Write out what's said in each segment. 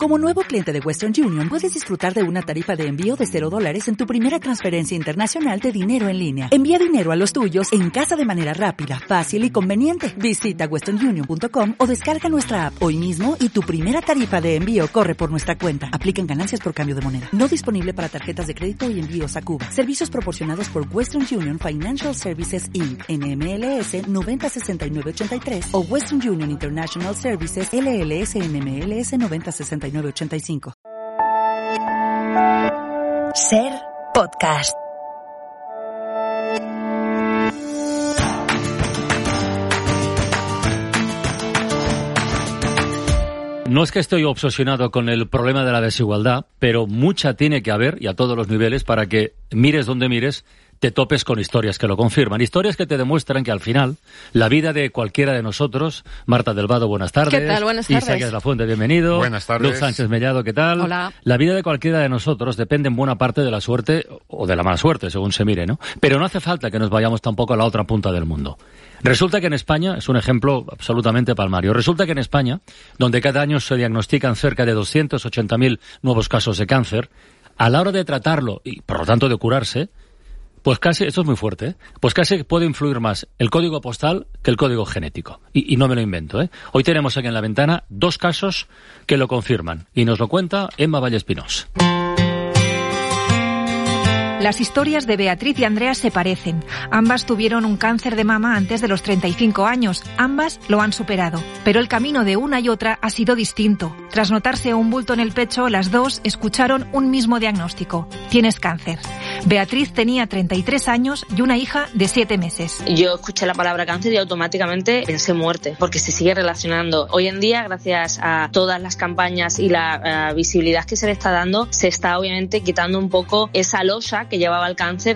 Como nuevo cliente de Western Union, puedes disfrutar de una tarifa de envío de $0 en tu primera transferencia internacional de dinero en línea. Envía dinero a los tuyos en casa de manera rápida, fácil y conveniente. Visita westernunion.com o descarga nuestra app hoy mismo y tu primera tarifa de envío corre por nuestra cuenta. Aplican ganancias por cambio de moneda. No disponible para tarjetas de crédito y envíos a Cuba. Servicios proporcionados por Western Union Financial Services Inc. NMLS 906983 o Western Union International Services LLS NMLS 906985. Ser Podcast. No es que estoy obsesionado con el problema de la desigualdad, pero mucha tiene que haber, y a todos los niveles, para que mires donde mires, te topes con historias que lo confirman. Historias que te demuestran que al final la vida de cualquiera de nosotros... Marta del Vado, buenas tardes. ¿Qué tal? Buenas tardes. Isaías Lafuente, bienvenido. Buenas tardes. Luz Sánchez Mellado, ¿qué tal? Hola. La vida de cualquiera de nosotros depende en buena parte de la suerte o de la mala suerte, según se mire, ¿no? Pero no hace falta que nos vayamos tampoco a la otra punta del mundo. Resulta que en España, es un ejemplo absolutamente palmario, resulta que en España, donde cada año se diagnostican cerca de 280.000 nuevos casos de cáncer, a la hora de tratarlo y, por lo tanto, de curarse, pues casi, esto es muy fuerte, ¿eh? Pues casi puede influir más el código postal que el código genético. Y no me lo invento, ¿eh? Hoy tenemos aquí en la ventana 2 casos que lo confirman. Y nos lo cuenta Emma Vallespinós. Las historias de Beatriz y Andrea se parecen. Ambas tuvieron un cáncer de mama antes de los 35 años. Ambas lo han superado. Pero el camino de una y otra ha sido distinto. Tras notarse un bulto en el pecho, las dos escucharon un mismo diagnóstico. Tienes cáncer. Beatriz tenía 33 años y una hija de 7 meses. Yo escuché la palabra cáncer y automáticamente pensé muerte, porque se sigue relacionando. Hoy en día, gracias a todas las campañas y la visibilidad que se le está dando, se está obviamente quitando un poco esa losa que llevaba el cáncer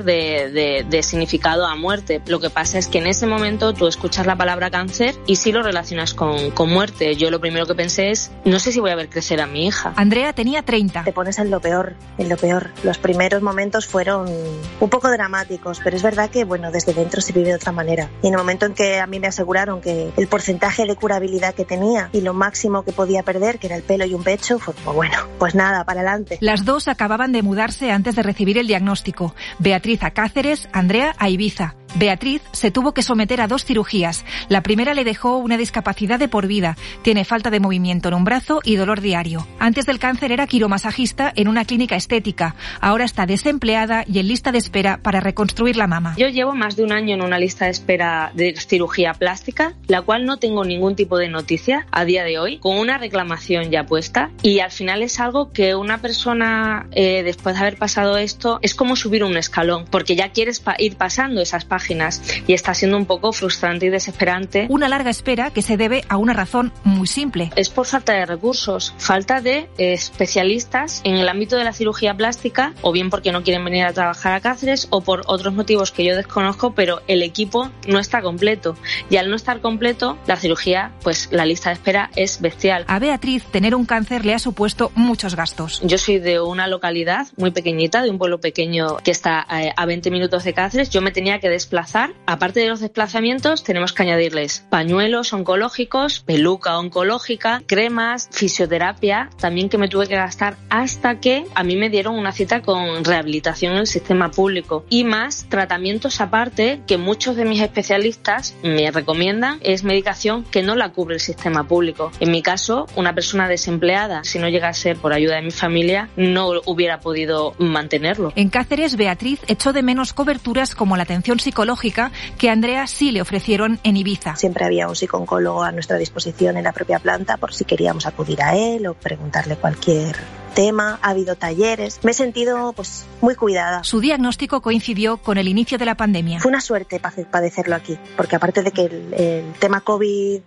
de significado a muerte. Lo que pasa es que en ese momento tú escuchas la palabra cáncer y sí lo relacionas con muerte. Yo lo primero que pensé es, no sé si voy a ver crecer a mi hija. Andrea tenía 30. Te pones en lo peor, en lo peor. Los primeros momentos fueron un poco dramáticos, pero es verdad que, bueno, desde dentro se vive de otra manera. Y en el momento en que a mí me aseguraron que el porcentaje de curabilidad que tenía y lo máximo que podía perder, que era el pelo y un pecho, fue como, bueno, pues nada, para adelante. Las dos acababan de mudarse antes de recibir el diagnóstico. Beatriz a Cáceres, Andrea a Ibiza. Beatriz se tuvo que someter a 2 cirugías. La primera le dejó una discapacidad de por vida. Tiene falta de movimiento en un brazo y dolor diario. Antes del cáncer era quiromasajista en una clínica estética. Ahora está desempleada y en lista de espera para reconstruir la mama. Yo llevo más de un año en una lista de espera de cirugía plástica, la cual no tengo ningún tipo de noticia a día de hoy, con una reclamación ya puesta. Y al final es algo que una persona, después de haber pasado esto, es como subir un escalón, porque ya quieres ir pasando esas páginas y está siendo un poco frustrante y desesperante. Una larga espera que se debe a una razón muy simple. Es por falta de recursos, falta de especialistas en el ámbito de la cirugía plástica, o bien porque no quieren venir a trabajar a Cáceres o por otros motivos que yo desconozco, pero el equipo no está completo. Y al no estar completo, la cirugía, pues la lista de espera es bestial. A Beatriz tener un cáncer le ha supuesto muchos gastos. Yo soy de una localidad muy pequeñita, de un pueblo pequeño que está a 20 minutos de Cáceres. Yo me tenía que desplazar. Aparte de los desplazamientos, tenemos que añadirles pañuelos oncológicos, peluca oncológica, cremas, fisioterapia, también que me tuve que gastar hasta que a mí me dieron una cita con rehabilitación en el sistema público. Y más tratamientos aparte que muchos de mis especialistas me recomiendan, es medicación que no la cubre el sistema público. En mi caso, una persona desempleada, si no llega a ser por ayuda de mi familia, no hubiera podido mantenerlo. En Cáceres, Beatriz echó de menos coberturas como la atención psicológica que a Andrea sí le ofrecieron en Ibiza. Siempre había un psicólogo a nuestra disposición en la propia planta por si queríamos acudir a él o preguntarle cualquier tema. Ha habido talleres. Me he sentido pues muy cuidada. Su diagnóstico coincidió con el inicio de la pandemia. Fue una suerte padecerlo aquí, porque aparte de que el tema COVID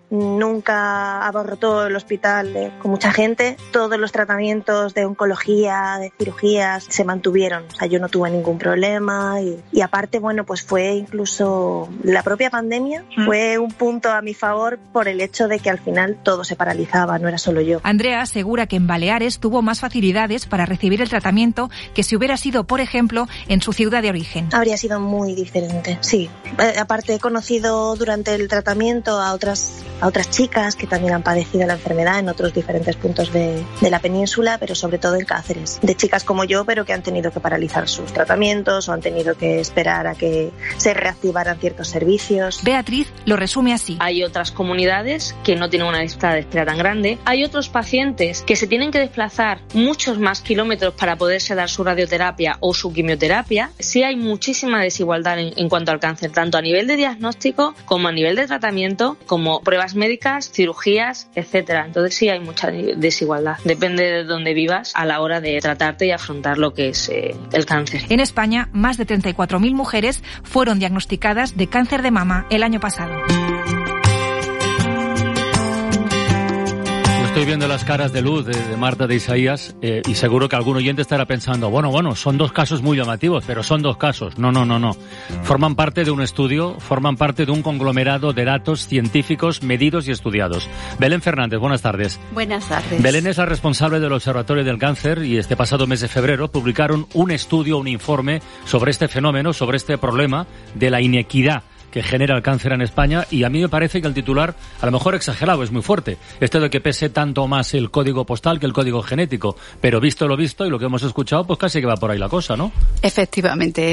nunca abarrotó el hospital con mucha gente, todos los tratamientos de oncología, de cirugías, se mantuvieron. O sea, yo no tuve ningún problema y aparte, bueno, pues fue incluso la propia pandemia fue un punto a mi favor por el hecho de que al final todo se paralizaba, no era solo yo. Andrea asegura que en Baleares tuvo más facilidad facilidades para recibir el tratamiento que si hubiera sido, por ejemplo, en su ciudad de origen. Habría sido muy diferente, sí. Aparte, he conocido durante el tratamiento a otras chicas que también han padecido la enfermedad en otros diferentes puntos de la península, pero sobre todo en Cáceres. De chicas como yo, pero que han tenido que paralizar sus tratamientos o han tenido que esperar a que se reactivaran ciertos servicios. Beatriz lo resume así. Hay otras comunidades que no tienen una lista de espera tan grande. Hay otros pacientes que se tienen que desplazar muchos más kilómetros para poderse dar su radioterapia o su quimioterapia. Sí hay muchísima desigualdad en cuanto al cáncer, tanto a nivel de diagnóstico como a nivel de tratamiento, como pruebas médicas, cirugías, etcétera. Entonces sí hay mucha desigualdad. Depende de dónde vivas a la hora de tratarte y afrontar lo que es el cáncer. En España, más de 34.000 mujeres fueron diagnosticadas de cáncer de mama el año pasado. Estoy viendo las caras de luz de Marta, de Isaías, y seguro que algún oyente estará pensando, bueno, son dos casos muy llamativos, pero son dos casos. No. Forman parte de un estudio, forman parte de un conglomerado de datos científicos medidos y estudiados. Belén Fernández, buenas tardes. Buenas tardes. Belén es la responsable del Observatorio del Cáncer y este pasado mes de febrero publicaron un estudio, un informe sobre este fenómeno, sobre este problema de la inequidad que genera el cáncer en España, y a mí me parece que el titular, a lo mejor exagerado, es muy fuerte, esto de que pese tanto más el código postal que el código genético, pero visto lo visto y lo que hemos escuchado, pues casi que va por ahí la cosa, ¿no? Efectivamente,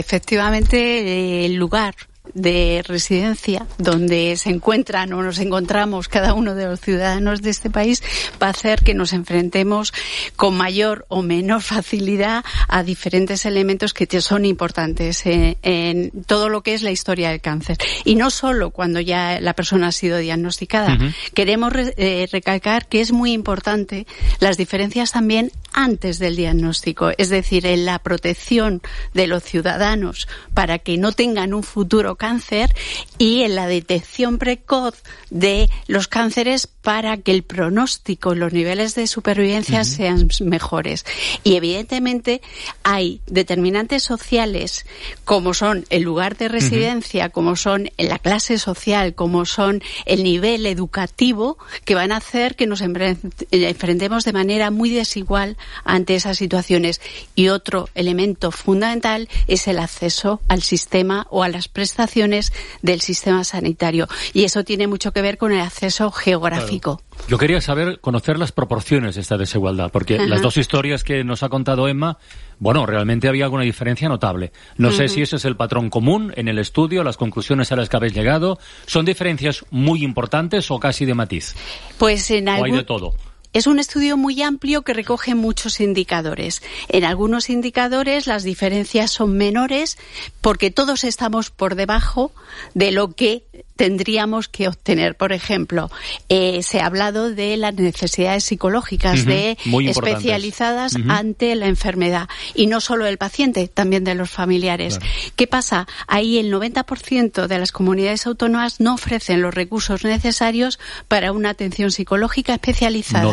el lugar de residencia donde se encuentran o nos encontramos cada uno de los ciudadanos de este país va a hacer que nos enfrentemos con mayor o menor facilidad a diferentes elementos que son importantes en todo lo que es la historia del cáncer. Y no solo cuando ya la persona ha sido diagnosticada. Uh-huh. Queremos recalcar que es muy importante las diferencias también antes del diagnóstico, es decir, en la protección de los ciudadanos para que no tengan un futuro cáncer y en la detección precoz de los cánceres para que el pronóstico, los niveles de supervivencia sean mejores. Y evidentemente hay determinantes sociales como son el lugar de residencia, como son la clase social, como son el nivel educativo, que van a hacer que nos enfrentemos de manera muy desigual ante esas situaciones. Y otro elemento fundamental es el acceso al sistema o a las prestaciones del sistema sanitario. Y eso tiene mucho que ver con el acceso geográfico. Claro. Yo quería conocer las proporciones de esta desigualdad, porque las dos historias que nos ha contado Emma, realmente había alguna diferencia notable. No sé si ese es el patrón común en el estudio, las conclusiones a las que habéis llegado. ¿Son diferencias muy importantes o casi de matiz? Pues ¿O hay de todo? Es un estudio muy amplio que recoge muchos indicadores. En algunos indicadores las diferencias son menores porque todos estamos por debajo de lo que tendríamos que obtener. Por ejemplo, se ha hablado de las necesidades psicológicas especializadas ante la enfermedad. Y no solo del paciente, también de los familiares. Claro. ¿Qué pasa? Ahí el 90% de las comunidades autónomas no ofrecen los recursos necesarios para una atención psicológica especializada.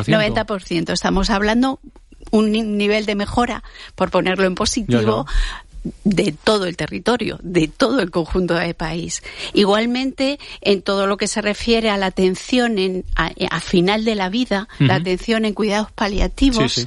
90%. Estamos hablando un nivel de mejora, por ponerlo en positivo, de todo el territorio, de todo el conjunto del país. Igualmente, en todo lo que se refiere a la atención a final de la vida, la atención en cuidados paliativos,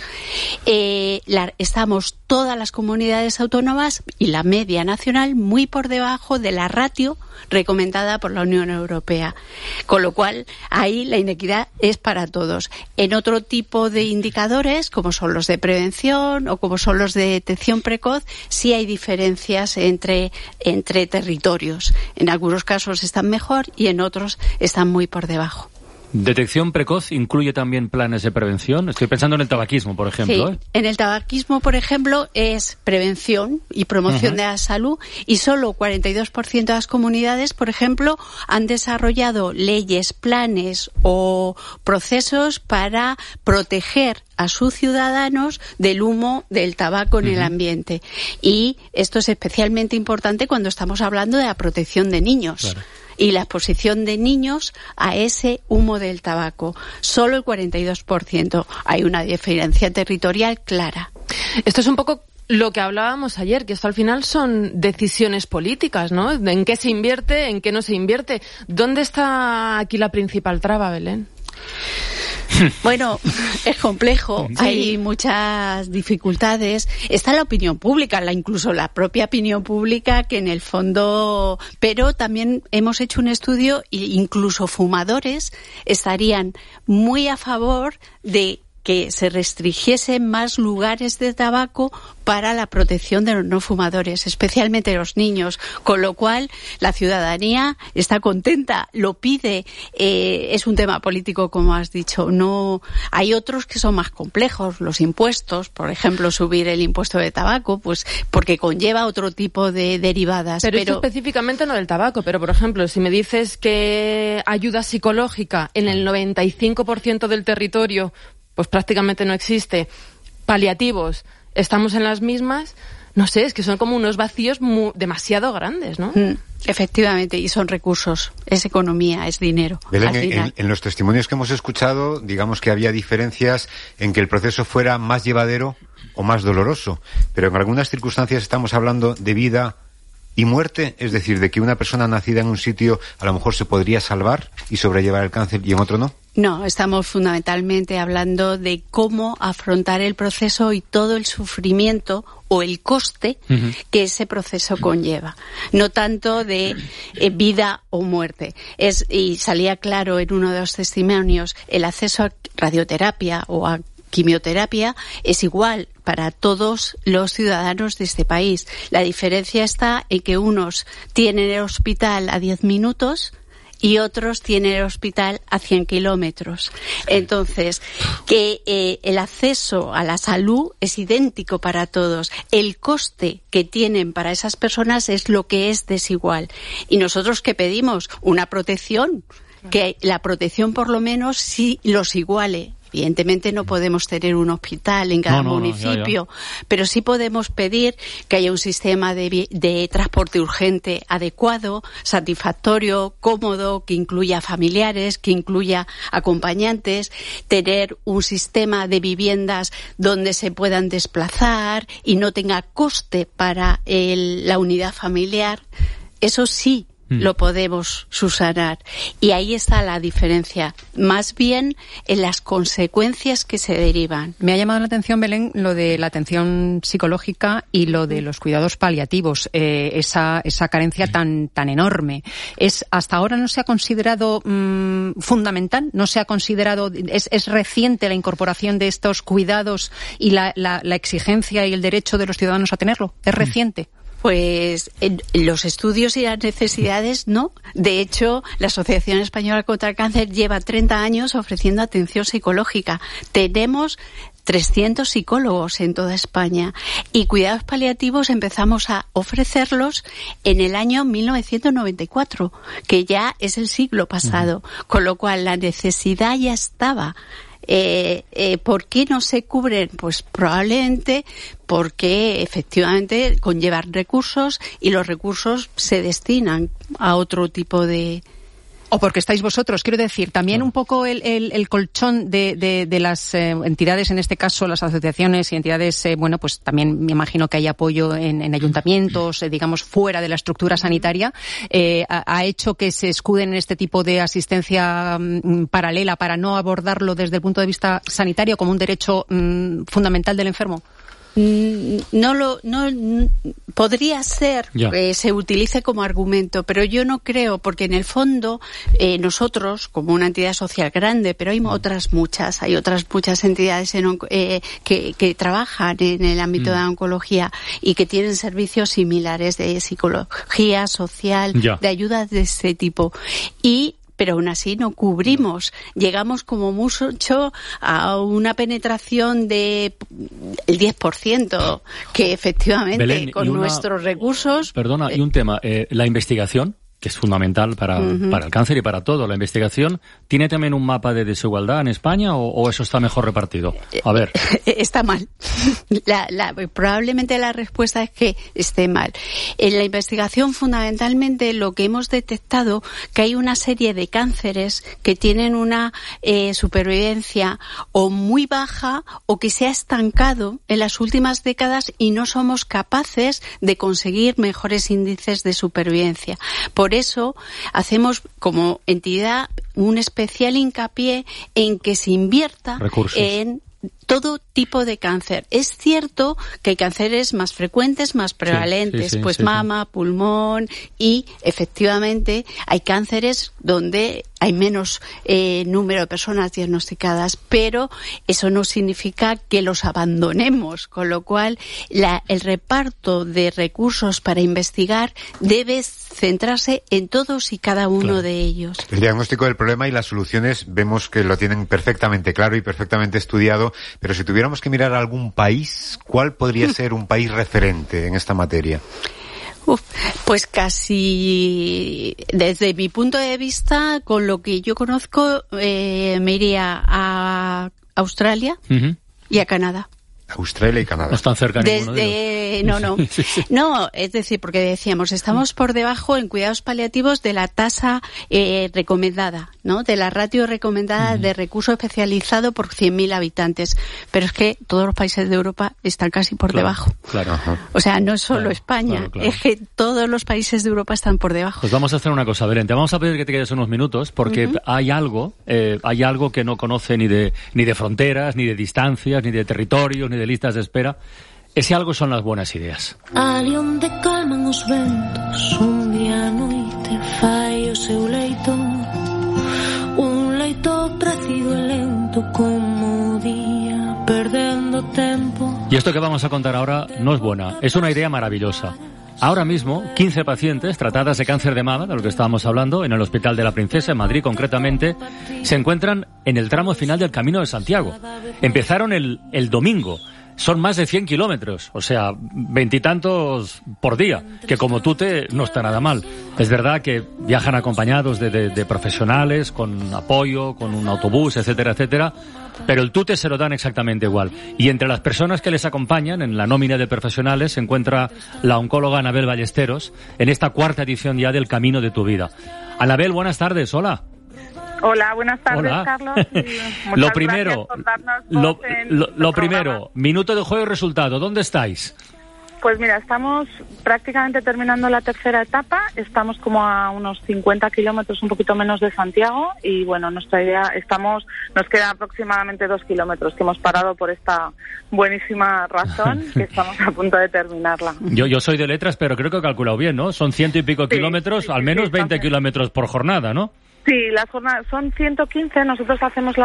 estamos todas las comunidades autónomas y la media nacional muy por debajo de la ratio recomendada por la Unión Europea. Con lo cual, ahí la inequidad es para todos. En otro tipo de indicadores, como son los de prevención o como son los de detección precoz, sí hay diferencias entre territorios. En algunos casos están mejor y en otros están muy por debajo. ¿Detección precoz incluye también planes de prevención? Estoy pensando en el tabaquismo, por ejemplo. Sí, en el tabaquismo, por ejemplo, es prevención y promoción de la salud y solo 42% de las comunidades, por ejemplo, han desarrollado leyes, planes o procesos para proteger a sus ciudadanos del humo del tabaco en el ambiente. Y esto es especialmente importante cuando estamos hablando de la protección de niños. Claro. Y la exposición de niños a ese humo del tabaco. Solo el 42%. Hay una diferencia territorial clara. Esto es un poco lo que hablábamos ayer, que esto al final son decisiones políticas, ¿no? ¿En qué se invierte, en qué no se invierte? ¿Dónde está aquí la principal traba, Belén? Bueno, es complejo, sí. Hay muchas dificultades. Está la opinión pública, incluso la propia opinión pública, que en el fondo... Pero también hemos hecho un estudio e incluso fumadores estarían muy a favor de que se restringiesen más lugares de tabaco para la protección de los no fumadores, especialmente los niños, con lo cual la ciudadanía está contenta, lo pide. Es un tema político, como has dicho. No, hay otros que son más complejos, los impuestos, por ejemplo, subir el impuesto de tabaco, pues porque conlleva otro tipo de derivadas. Pero esto específicamente no del tabaco, pero por ejemplo, si me dices que ayuda psicológica en el 95% del territorio pues prácticamente no existe, paliativos, estamos en las mismas, no sé, es que son como unos vacíos demasiado grandes, ¿no? Efectivamente, y son recursos, es economía, es dinero. Belén, en los testimonios que hemos escuchado, digamos que había diferencias en que el proceso fuera más llevadero o más doloroso, pero en algunas circunstancias estamos hablando de vida y muerte, es decir, de que una persona nacida en un sitio a lo mejor se podría salvar y sobrellevar el cáncer y en otro no. No, estamos fundamentalmente hablando de cómo afrontar el proceso y todo el sufrimiento o el coste que ese proceso conlleva. No tanto de vida o muerte. Y salía claro en uno de los testimonios, el acceso a radioterapia o a quimioterapia es igual para todos los ciudadanos de este país. La diferencia está en que unos tienen el hospital a 10 minutos y otros tienen el hospital a 100 kilómetros. Entonces, que el acceso a la salud es idéntico para todos. El coste que tienen para esas personas es lo que es desigual. Y nosotros, ¿qué pedimos? Una protección. Que la protección por lo menos sí los iguale. Evidentemente no podemos tener un hospital en cada municipio, pero sí podemos pedir que haya un sistema de transporte urgente adecuado, satisfactorio, cómodo, que incluya familiares, que incluya acompañantes, tener un sistema de viviendas donde se puedan desplazar y no tenga coste para la unidad familiar. Eso sí lo podemos subsanar. Y ahí está la diferencia, más bien en las consecuencias que se derivan. Me ha llamado la atención, Belén, lo de la atención psicológica y lo de los cuidados paliativos, esa carencia tan enorme. Hasta ahora no se ha considerado fundamental, no se ha considerado, es reciente la incorporación de estos cuidados y la exigencia y el derecho de los ciudadanos a tenerlo. Es reciente. Pues en los estudios y las necesidades, no. De hecho, la Asociación Española contra el Cáncer lleva 30 años ofreciendo atención psicológica. Tenemos 300 psicólogos en toda España y cuidados paliativos empezamos a ofrecerlos en el año 1994, que ya es el siglo pasado, con lo cual la necesidad ya estaba. ¿Por qué no se cubren? Pues probablemente porque efectivamente conllevan recursos y los recursos se destinan a otro tipo de... O porque estáis vosotros, quiero decir, también un poco el colchón de las entidades, en este caso las asociaciones y entidades, bueno, pues también me imagino que hay apoyo en ayuntamientos, digamos, fuera de la estructura sanitaria, ha hecho que se escuden en este tipo de asistencia paralela para no abordarlo desde el punto de vista sanitario como un derecho fundamental del enfermo. Podría ser que se utilice como argumento, pero yo no creo, porque en el fondo nosotros, como una entidad social grande, pero hay otras muchas entidades que trabajan en el ámbito de la oncología y que tienen servicios similares de psicología social, de ayudas de este tipo. Pero aún así no cubrimos. Llegamos como mucho a una penetración de el 10%, que efectivamente Belén, con nuestros recursos... Perdona, y un tema, la investigación, que es fundamental para el cáncer y para todo. La investigación, ¿tiene también un mapa de desigualdad en España o eso está mejor repartido? A ver. Está mal. Probablemente la respuesta es que esté mal. En la investigación, fundamentalmente, lo que hemos detectado que hay una serie de cánceres que tienen una supervivencia o muy baja o que se ha estancado en las últimas décadas y no somos capaces de conseguir mejores índices de supervivencia. Por eso hacemos como entidad un especial hincapié en que se invierta recursos en todo tipo de cáncer. Es cierto que hay cánceres más frecuentes, más prevalentes, mama, pulmón, y efectivamente hay cánceres donde hay menos número de personas diagnosticadas, pero eso no significa que los abandonemos, con lo cual el reparto de recursos para investigar debe centrarse en todos y cada uno de ellos. El diagnóstico del problema y las soluciones vemos que lo tienen perfectamente claro y perfectamente estudiado, pero si tuviéramos que mirar a algún país, ¿cuál podría ser un país referente en esta materia? Pues casi, desde mi punto de vista, con lo que yo conozco, me iría a Australia y a Canadá. Australia y Canadá. No están cerca ninguno de ellos. No. No, es decir, porque decíamos, estamos por debajo en cuidados paliativos de la tasa recomendada, ¿no? De la ratio recomendada de recurso especializado por 100.000 habitantes. Pero es que todos los países de Europa están casi por debajo. Claro. O sea, no es solo España, es que todos los países de Europa están por debajo. Pues vamos a hacer una cosa, Belén. Te vamos a pedir que te quedes unos minutos, porque hay algo que no conoce ni de fronteras, ni de distancias, ni de territorios, ni de listas de espera. Ese algo son las buenas ideas. Ali onde calman os ventos, un día a noite fai o seu leito, un leito precído e lento como o día, perdendo tempo. Y esto que vamos a contar ahora no es buena, es una idea maravillosa. Ahora mismo, 15 pacientes tratadas de cáncer de mama, de lo que estábamos hablando, en el Hospital de la Princesa, en Madrid concretamente, se encuentran en el tramo final del Camino de Santiago. Empezaron el domingo. Son más de 100 kilómetros, o sea, 20 y tantos por día, que como tute no está nada mal. Es verdad que viajan acompañados de profesionales, con apoyo, con un autobús, etcétera, etcétera, pero el tute se lo dan exactamente igual. Y entre las personas que les acompañan en la nómina de profesionales se encuentra la oncóloga Anabel Ballesteros, en esta 4ª edición ya del Camino de tu Vida. Anabel, buenas tardes, hola. Hola, buenas tardes, Hola. Carlos. Y Lo primero, lo primero, minuto de juego y resultado. ¿Dónde estáis? Pues mira, estamos prácticamente terminando la tercera etapa. Estamos como a unos 50 kilómetros, un poquito menos de Santiago. Y bueno, nuestra idea, nos queda aproximadamente 2 kilómetros, que hemos parado por esta buenísima razón, que estamos a punto de terminarla. Yo soy de letras, pero creo que he calculado bien, ¿no? Son 100 y pico kilómetros, al menos 20 kilómetros por jornada, ¿no? Sí, las jornadas son 115. Nosotros hacemos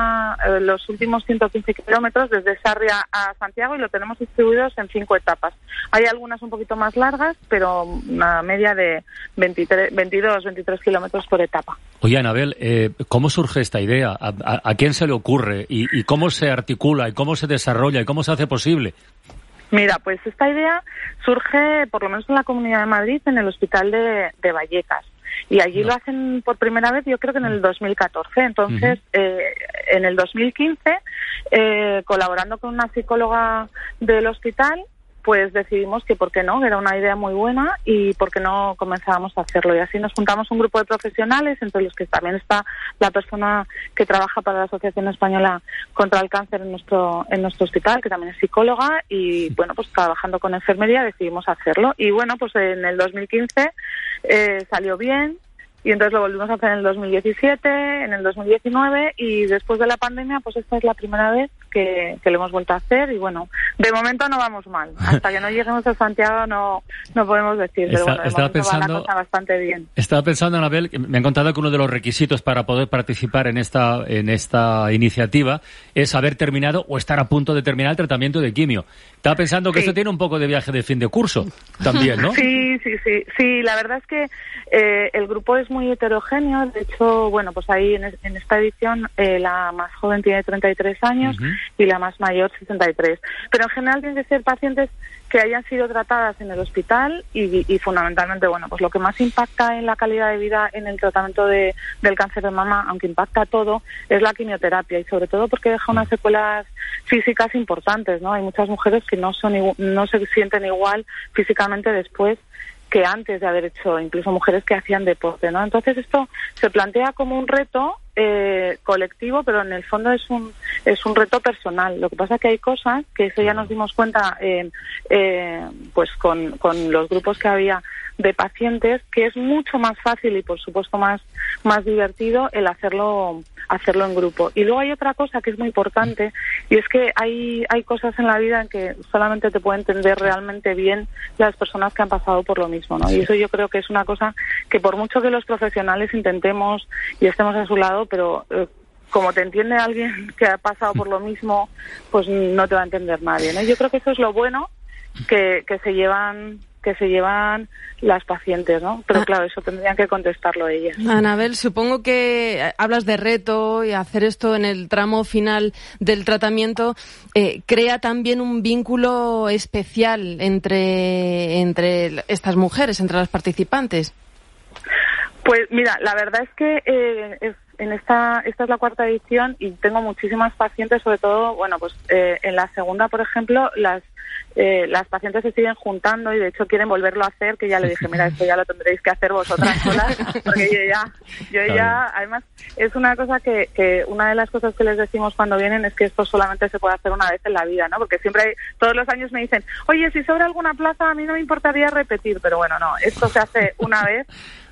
los últimos 115 kilómetros desde Sarria a Santiago y lo tenemos distribuidos en 5 etapas. Hay algunas un poquito más largas, pero una media de 22, 23 kilómetros por etapa. Oye, Anabel, ¿cómo surge esta idea? ¿A quién se le ocurre? ¿Y cómo se articula? ¿Y cómo se desarrolla? ¿Y cómo se hace posible? Mira, pues esta idea surge, por lo menos en la Comunidad de Madrid, en el Hospital de Vallecas. Y allí lo hacen por primera vez, yo creo que en el 2014. Entonces, en el 2015, colaborando con una psicóloga del hospital, pues decidimos que por qué no, que era una idea muy buena y por qué no comenzábamos a hacerlo. Y así nos juntamos un grupo de profesionales, entre los que también está la persona que trabaja para la Asociación Española contra el Cáncer en nuestro hospital, que también es psicóloga, y bueno, pues trabajando con enfermería decidimos hacerlo. Y bueno, pues en el 2015 salió bien. Y entonces lo volvimos a hacer en el 2017, en el 2019 y después de la pandemia, pues esta es la primera vez que lo hemos vuelto a hacer y bueno, de momento no vamos mal. Hasta que no lleguemos a Santiago no podemos decir, pero bueno, de momento va la cosa bastante bien. Estaba pensando, Anabel, me han contado que uno de los requisitos para poder participar en esta iniciativa es haber terminado o estar a punto de terminar el tratamiento de quimio. Estaba pensando que esto tiene un poco de viaje de fin de curso también, ¿no? Sí, la verdad es que el grupo es muy heterogéneo. De hecho, bueno, pues ahí en esta edición la más joven tiene 33 años y la más mayor 63. Pero en general tienen que ser pacientes que hayan sido tratadas en el hospital y fundamentalmente, bueno, pues lo que más impacta en la calidad de vida en el tratamiento del cáncer de mama, aunque impacta todo, es la quimioterapia y sobre todo porque deja unas secuelas físicas importantes, ¿no? Hay muchas mujeres que no se sienten igual físicamente después que antes de haber hecho, incluso mujeres que hacían deporte, ¿no? Entonces esto se plantea como un reto colectivo, pero en el fondo es un reto personal. Lo que pasa es que hay cosas que eso ya nos dimos cuenta pues con los grupos que había de pacientes que es mucho más fácil y, por supuesto, más divertido el hacerlo en grupo. Y luego hay otra cosa que es muy importante, y es que hay cosas en la vida en que solamente te puede entender realmente bien las personas que han pasado por lo mismo, ¿no? Y eso yo creo que es una cosa que, por mucho que los profesionales intentemos y estemos a su lado, pero como te entiende alguien que ha pasado por lo mismo, pues no te va a entender nadie, ¿no? Yo creo que eso es lo bueno que se llevan las pacientes, ¿no? Pero claro, eso tendrían que contestarlo ellas. Anabel, supongo que hablas de reto y hacer esto en el tramo final del tratamiento crea también un vínculo especial entre estas mujeres, entre las participantes. Pues mira, la verdad es que esta es la 4ª edición y tengo muchísimas pacientes, sobre todo, bueno, pues en la segunda, por ejemplo, las pacientes se siguen juntando y de hecho quieren volverlo a hacer, que ya le dije, mira, esto ya lo tendréis que hacer vosotras solas, porque yo ya, además, es una cosa que una de las cosas que les decimos cuando vienen es que esto solamente se puede hacer una vez en la vida, ¿no? Porque siempre todos los años me dicen, oye, si sobra alguna plaza, a mí no me importaría repetir, pero bueno, no, esto se hace una vez.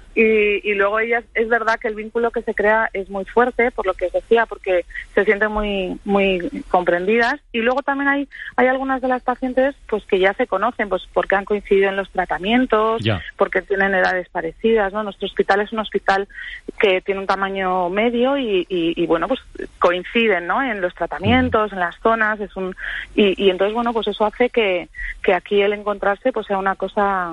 Y luego ellas, es verdad que el vínculo que se crea es muy fuerte, por lo que os decía, porque se sienten muy comprendidas. Y luego también hay algunas de las pacientes pues que ya se conocen, pues porque han coincidido en los tratamientos, porque tienen edades parecidas, ¿no? Nuestro hospital es un hospital que tiene un tamaño medio y bueno, pues coinciden, ¿no? En los tratamientos, en las zonas, y entonces, bueno, pues eso hace que aquí el encontrarse pues sea una cosa,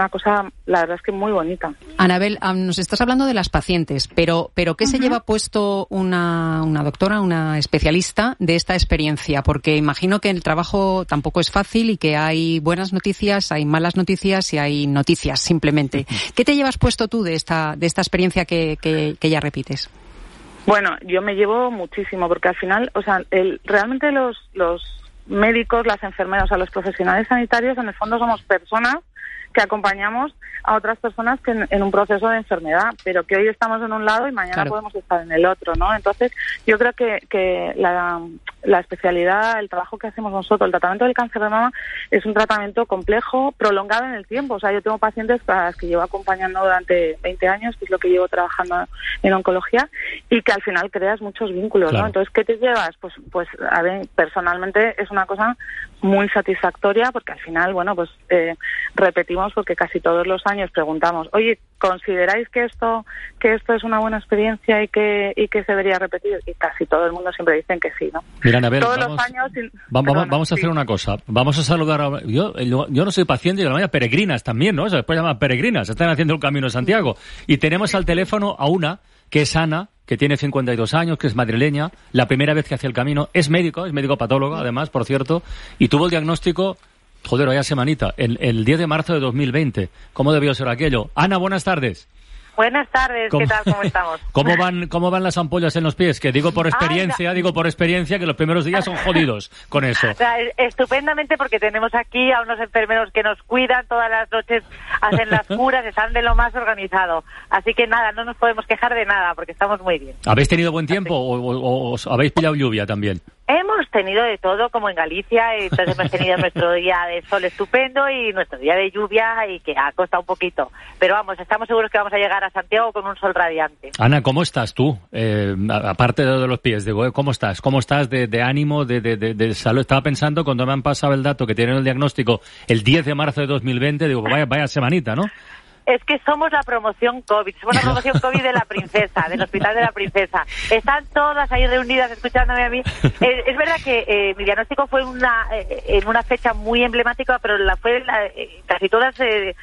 la verdad es que muy bonita. Anabel, nos estás hablando de las pacientes, pero ¿qué se lleva puesto una doctora, una especialista de esta experiencia? Porque imagino que el trabajo tampoco es fácil y que hay buenas noticias, hay malas noticias y hay noticias, simplemente. ¿Qué te llevas puesto tú de esta experiencia que ya repites? Bueno, yo me llevo muchísimo, porque al final, o sea, realmente los médicos, las enfermeras, o sea, los profesionales sanitarios, en el fondo somos personas que acompañamos a otras personas que en un proceso de enfermedad, pero que hoy estamos en un lado y mañana podemos estar en el otro, ¿no? Entonces, yo creo que la especialidad, el trabajo que hacemos nosotros, el tratamiento del cáncer de mama, es un tratamiento complejo, prolongado en el tiempo. O sea, yo tengo pacientes a las que llevo acompañando durante 20 años, que es lo que llevo trabajando en oncología, y que al final creas muchos vínculos, ¿no? Entonces, ¿qué te llevas? Pues a ver, personalmente es una cosa muy satisfactoria, porque al final, bueno, pues repetimos, porque casi todos los años preguntamos, oye, ¿consideráis que esto es una buena experiencia y que se debería repetir? Y casi todo el mundo siempre dicen que sí, ¿no? Mira, Anabel, todos los años... vamos a hacer una cosa. Vamos a saludar a... Yo no soy paciente, yo la llamo peregrinas también, ¿no? Después llaman peregrinas, están haciendo el Camino de Santiago. Y tenemos al teléfono a una que es Ana, que tiene 52 años, que es madrileña, la primera vez que hace el camino, es médico patólogo, además, por cierto, y tuvo el diagnóstico, vaya semanita, el 10 de marzo de 2020. ¿Cómo debió ser aquello? Ana, buenas tardes. Buenas tardes, ¿qué tal? ¿Cómo estamos? ¿Cómo van las ampollas en los pies? Que digo por experiencia que los primeros días son jodidos con eso. O sea, estupendamente, porque tenemos aquí a unos enfermeros que nos cuidan todas las noches, hacen las curas, están de lo más organizado. Así que nada, no nos podemos quejar de nada, porque estamos muy bien. ¿Habéis tenido buen tiempo o habéis pillado lluvia también? Hemos tenido de todo, como en Galicia, entonces hemos tenido nuestro día de sol estupendo y nuestro día de lluvia, y que ha costado un poquito. Pero vamos, estamos seguros que vamos a llegar a Santiago con un sol radiante. Ana, ¿cómo estás tú? Aparte de los pies, digo, ¿cómo estás? ¿Cómo estás de ánimo, de salud? Estaba pensando, cuando me han pasado el dato que tienen el diagnóstico el 10 de marzo de 2020, digo, vaya semanita, ¿no? Es que somos la promoción COVID, somos la promoción COVID de la Princesa, del Hospital de la Princesa. Están todas ahí reunidas escuchándome a mí. Es verdad que mi diagnóstico fue en una fecha muy emblemática, pero casi todas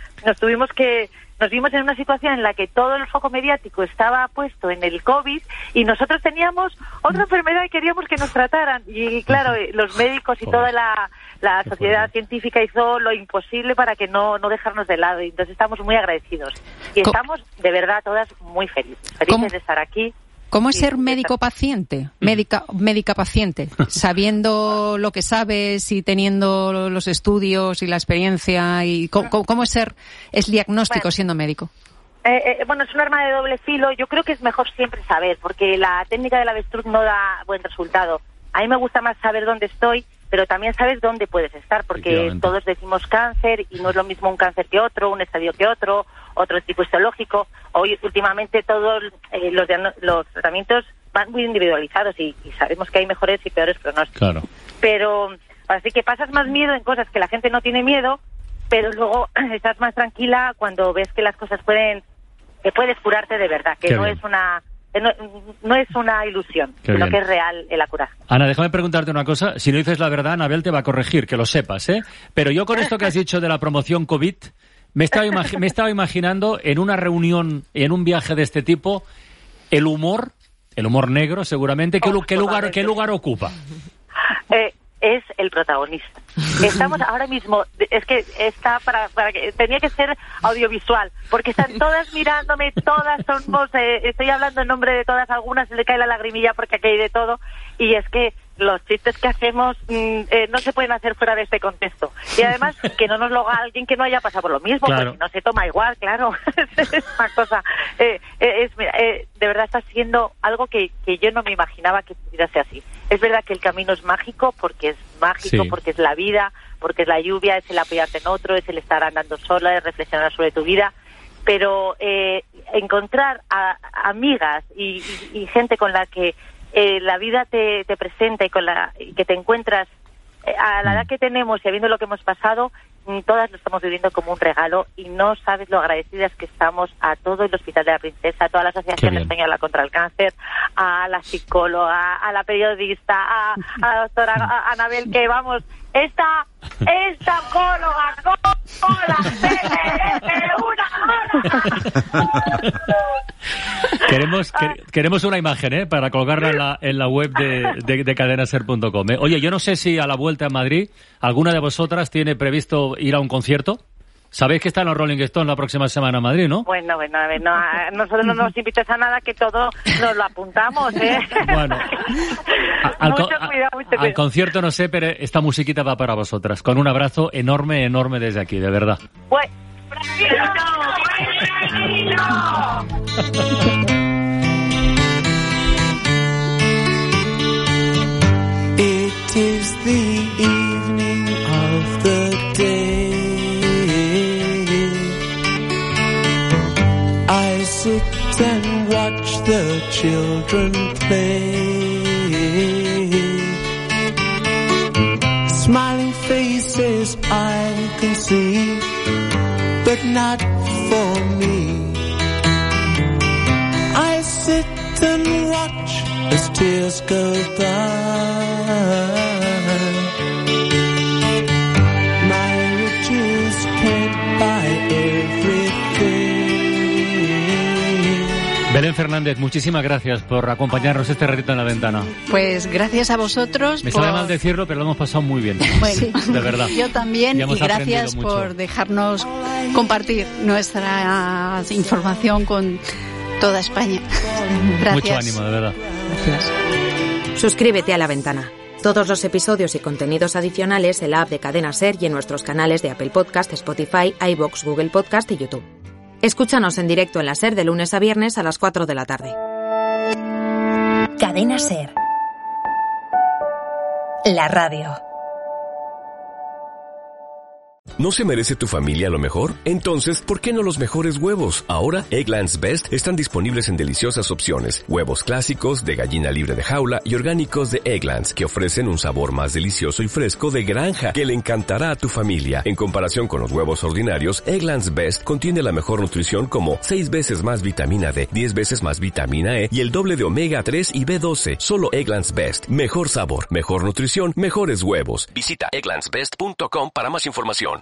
nos vimos en una situación en la que todo el foco mediático estaba puesto en el COVID y nosotros teníamos otra enfermedad y queríamos que nos trataran. Y claro, los médicos y toda la sociedad científica hizo lo imposible para que no dejarnos de lado. Y entonces estamos muy agradecidos. Y estamos, de verdad, todas muy felices de estar aquí. ¿Cómo es ser médico-paciente? Médica-paciente, sabiendo lo que sabes y teniendo los estudios y la experiencia. Y ¿Cómo es ser el diagnóstico siendo médico? Bueno, es un arma de doble filo. Yo creo que es mejor siempre saber, porque la técnica del avestruz no da buen resultado. A mí me gusta más saber dónde estoy pero también sabes dónde puedes estar, porque todos decimos cáncer y no es lo mismo un cáncer que otro, un estadio que otro tipo histológico. Hoy últimamente todos los tratamientos van muy individualizados y sabemos que hay mejores y peores pronósticos. Claro. Pero así que pasas más miedo en cosas que la gente no tiene miedo, pero luego estás más tranquila cuando ves que las cosas que puedes curarte de verdad, que no es una ilusión, sino que es real la cura. Ana, déjame preguntarte una cosa. Si no dices la verdad, Anabel te va a corregir, que lo sepas, ¿eh? Pero yo con esto que has dicho de la promoción COVID, me estaba imaginando en una reunión, en un viaje de este tipo, el humor negro, seguramente, ¿qué lugar ocupa? Es el protagonista. Estamos ahora mismo, es que está para que tenía que ser audiovisual, porque están todas mirándome, todas somos, estoy hablando en nombre de todas, algunas le cae la lagrimilla porque aquí hay de todo, y es que los chistes que hacemos no se pueden hacer fuera de este contexto. Y además, que no nos lo haga alguien que no haya pasado por lo mismo, claro. Porque no se toma igual, claro. Es una cosa. De verdad está siendo algo que yo no me imaginaba que pudiera ser así. Es verdad que el camino es mágico, porque porque es la vida, porque es la lluvia, es el apoyarte en otro, es el estar andando sola, es reflexionar sobre tu vida. Pero encontrar a amigas y gente con la que la vida te presenta y que te encuentras a la edad que tenemos y habiendo lo que hemos pasado, todas lo estamos viviendo como un regalo y no sabes lo agradecidas que estamos a todo el Hospital de la Princesa, a toda la Asociación Española contra el Cáncer, a la psicóloga, a la periodista, a la doctora Anabel, que vamos, esta psicóloga con la Queremos una imagen, para colgarla en la web de cadenaser.com. Oye, yo no sé si a la vuelta a Madrid alguna de vosotras tiene previsto ir a un concierto. Sabéis que están los Rolling Stones la próxima semana en Madrid, ¿no? Bueno, a ver, nosotros no nos invites a nada, que todo nos lo apuntamos, ¿eh? Bueno, al concierto no sé, pero esta musiquita va para vosotras. Con un abrazo enorme desde aquí, de verdad. It is the evening of the day. I sit and watch the children play. Smiling faces I can see, but not for me. I sit and watch as tears go by. My riches can't buy everything. Belén Fernández, muchísimas gracias por acompañarnos este ratito en La Ventana. Pues gracias a vosotros. Me sabe mal decirlo, pero lo hemos pasado muy bien. Bueno, de verdad. Yo también, y gracias por dejarnos compartir nuestra información con toda España. Gracias. Mucho ánimo, de verdad. Gracias. Suscríbete a La Ventana. Todos los episodios y contenidos adicionales en la app de Cadena Ser y en nuestros canales de Apple Podcast, Spotify, iVoox, Google Podcast y YouTube. Escúchanos en directo en la Ser de lunes a viernes a las 4 de la tarde. Cadena Ser. La radio. ¿No se merece tu familia lo mejor? Entonces, ¿por qué no los mejores huevos? Ahora, Eggland's Best están disponibles en deliciosas opciones. Huevos clásicos, de gallina libre de jaula y orgánicos de Eggland's, que ofrecen un sabor más delicioso y fresco de granja, que le encantará a tu familia. En comparación con los huevos ordinarios, Eggland's Best contiene la mejor nutrición, como 6 veces más vitamina D, 10 veces más vitamina E y el doble de omega 3 y B12. Solo Eggland's Best. Mejor sabor, mejor nutrición, mejores huevos. Visita egglandsbest.com para más información.